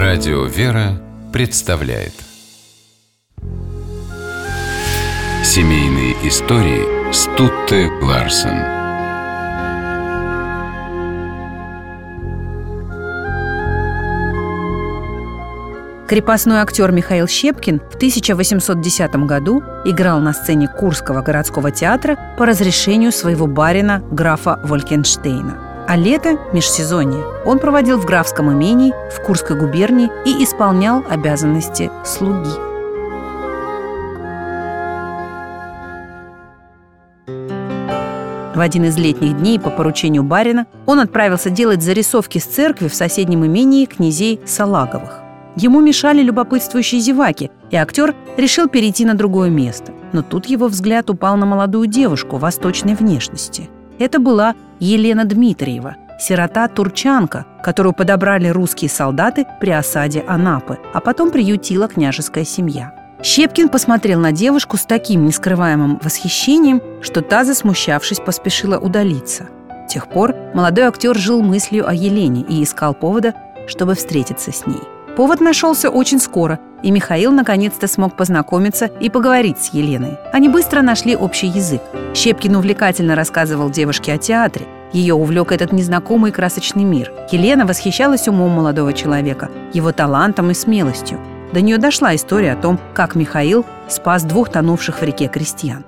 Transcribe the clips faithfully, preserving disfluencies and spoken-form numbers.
Радио «Вера» представляет Семейные истории Стутте Ларсен. Крепостной актер Михаил Щепкин в тысяча восемьсот десятом году играл на сцене Курского городского театра по разрешению своего барина графа Волькенштейна. А лето, межсезонье, он проводил в графском имении в Курской губернии и исполнял обязанности слуги. В один из летних дней по поручению барина он отправился делать зарисовки с церкви в соседнем имении князей Салаговых. Ему мешали любопытствующие зеваки, и актер решил перейти на другое место. Но тут его взгляд упал на молодую девушку восточной внешности. Это была Елена Дмитриева, сирота-турчанка, которую подобрали русские солдаты при осаде Анапы, а потом приютила княжеская семья. Щепкин посмотрел на девушку с таким нескрываемым восхищением, что та, засмущавшись, поспешила удалиться. С тех пор молодой актер жил мыслью о Елене и искал повода, чтобы встретиться с ней. Повод нашелся очень скоро, и Михаил наконец-то смог познакомиться и поговорить с Еленой. Они быстро нашли общий язык. Щепкин увлекательно рассказывал девушке о театре. Ее увлек этот незнакомый красочный мир. Елена восхищалась умом молодого человека, его талантом и смелостью. До нее дошла история о том, как Михаил спас двух тонувших в реке крестьян.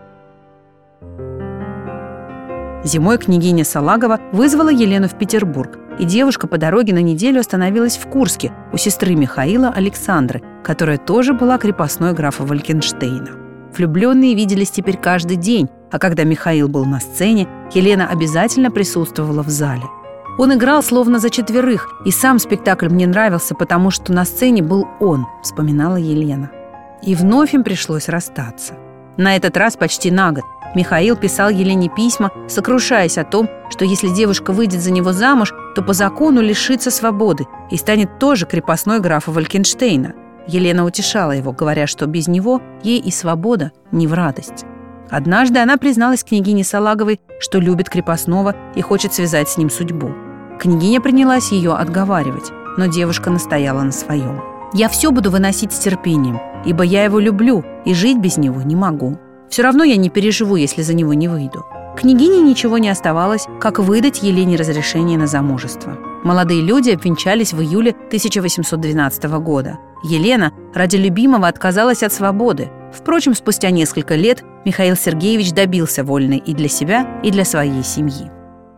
Зимой княгиня Салагова вызвала Елену в Петербург, и девушка по дороге на неделю остановилась в Курске у сестры Михаила Александры, которая тоже была крепостной графа Волькенштейна. Влюбленные виделись теперь каждый день, а когда Михаил был на сцене, Елена обязательно присутствовала в зале. Он играл словно за четверых, и сам спектакль мне нравился, потому что на сцене был он, вспоминала Елена. И вновь им пришлось расстаться. На этот раз почти на год. Михаил писал Елене письма, сокрушаясь о том, что если девушка выйдет за него замуж, то по закону лишится свободы и станет тоже крепостной графа Волькенштейна. Елена утешала его, говоря, что без него ей и свобода не в радость. Однажды она призналась княгине Салаговой, что любит крепостного и хочет связать с ним судьбу. Княгиня принялась ее отговаривать, но девушка настояла на своем. «Я все буду выносить с терпением, ибо я его люблю и жить без него не могу. Все равно я не переживу, если за него не выйду». Княгине ничего не оставалось, как выдать Елене разрешение на замужество. Молодые люди обвенчались в июле тысяча восемьсот двенадцатого года. Елена ради любимого отказалась от свободы. Впрочем, спустя несколько лет Михаил Сергеевич добился вольной и для себя, и для своей семьи.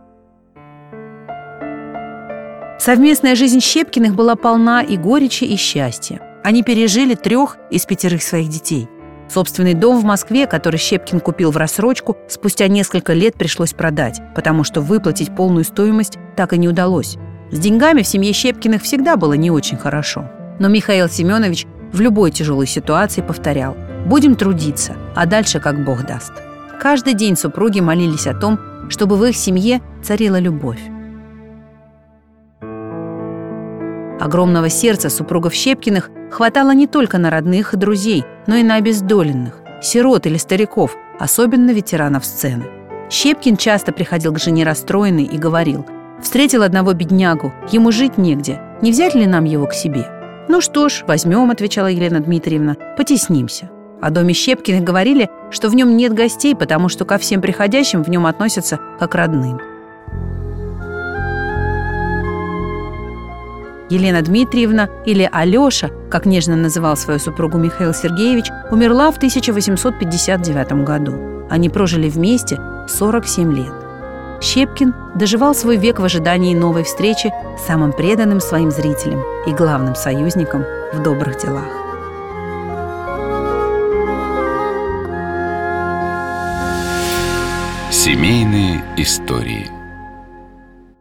Совместная жизнь Щепкиных была полна и горечи, и счастья. Они пережили трех из пятерых своих детей. Собственный дом в Москве, который Щепкин купил в рассрочку, спустя несколько лет пришлось продать, потому что выплатить полную стоимость так и не удалось. С деньгами в семье Щепкиных всегда было не очень хорошо. Но Михаил Семенович в любой тяжелой ситуации повторял: «Будем трудиться, а дальше как Бог даст». Каждый день супруги молились о том, чтобы в их семье царила любовь. Огромного сердца супругов Щепкиных хватало не только на родных и друзей, но и на обездоленных, сирот или стариков, особенно ветеранов сцены. Щепкин часто приходил к жене расстроенный и говорил: «Встретил одного беднягу, ему жить негде, не взять ли нам его к себе?» «Ну что ж, возьмем», — отвечала Елена Дмитриевна, — «потеснимся». О доме Щепкиных говорили, что в нем нет гостей, потому что ко всем приходящим в нем относятся как к родным. Елена Дмитриевна, или Алеша, как нежно называл свою супругу Михаил Сергеевич, умерла в тысяча восемьсот пятьдесят девятом году. Они прожили вместе сорок семь лет. Щепкин доживал свой век в ожидании новой встречи с самым преданным своим зрителем и главным союзником в добрых делах. Семейные истории.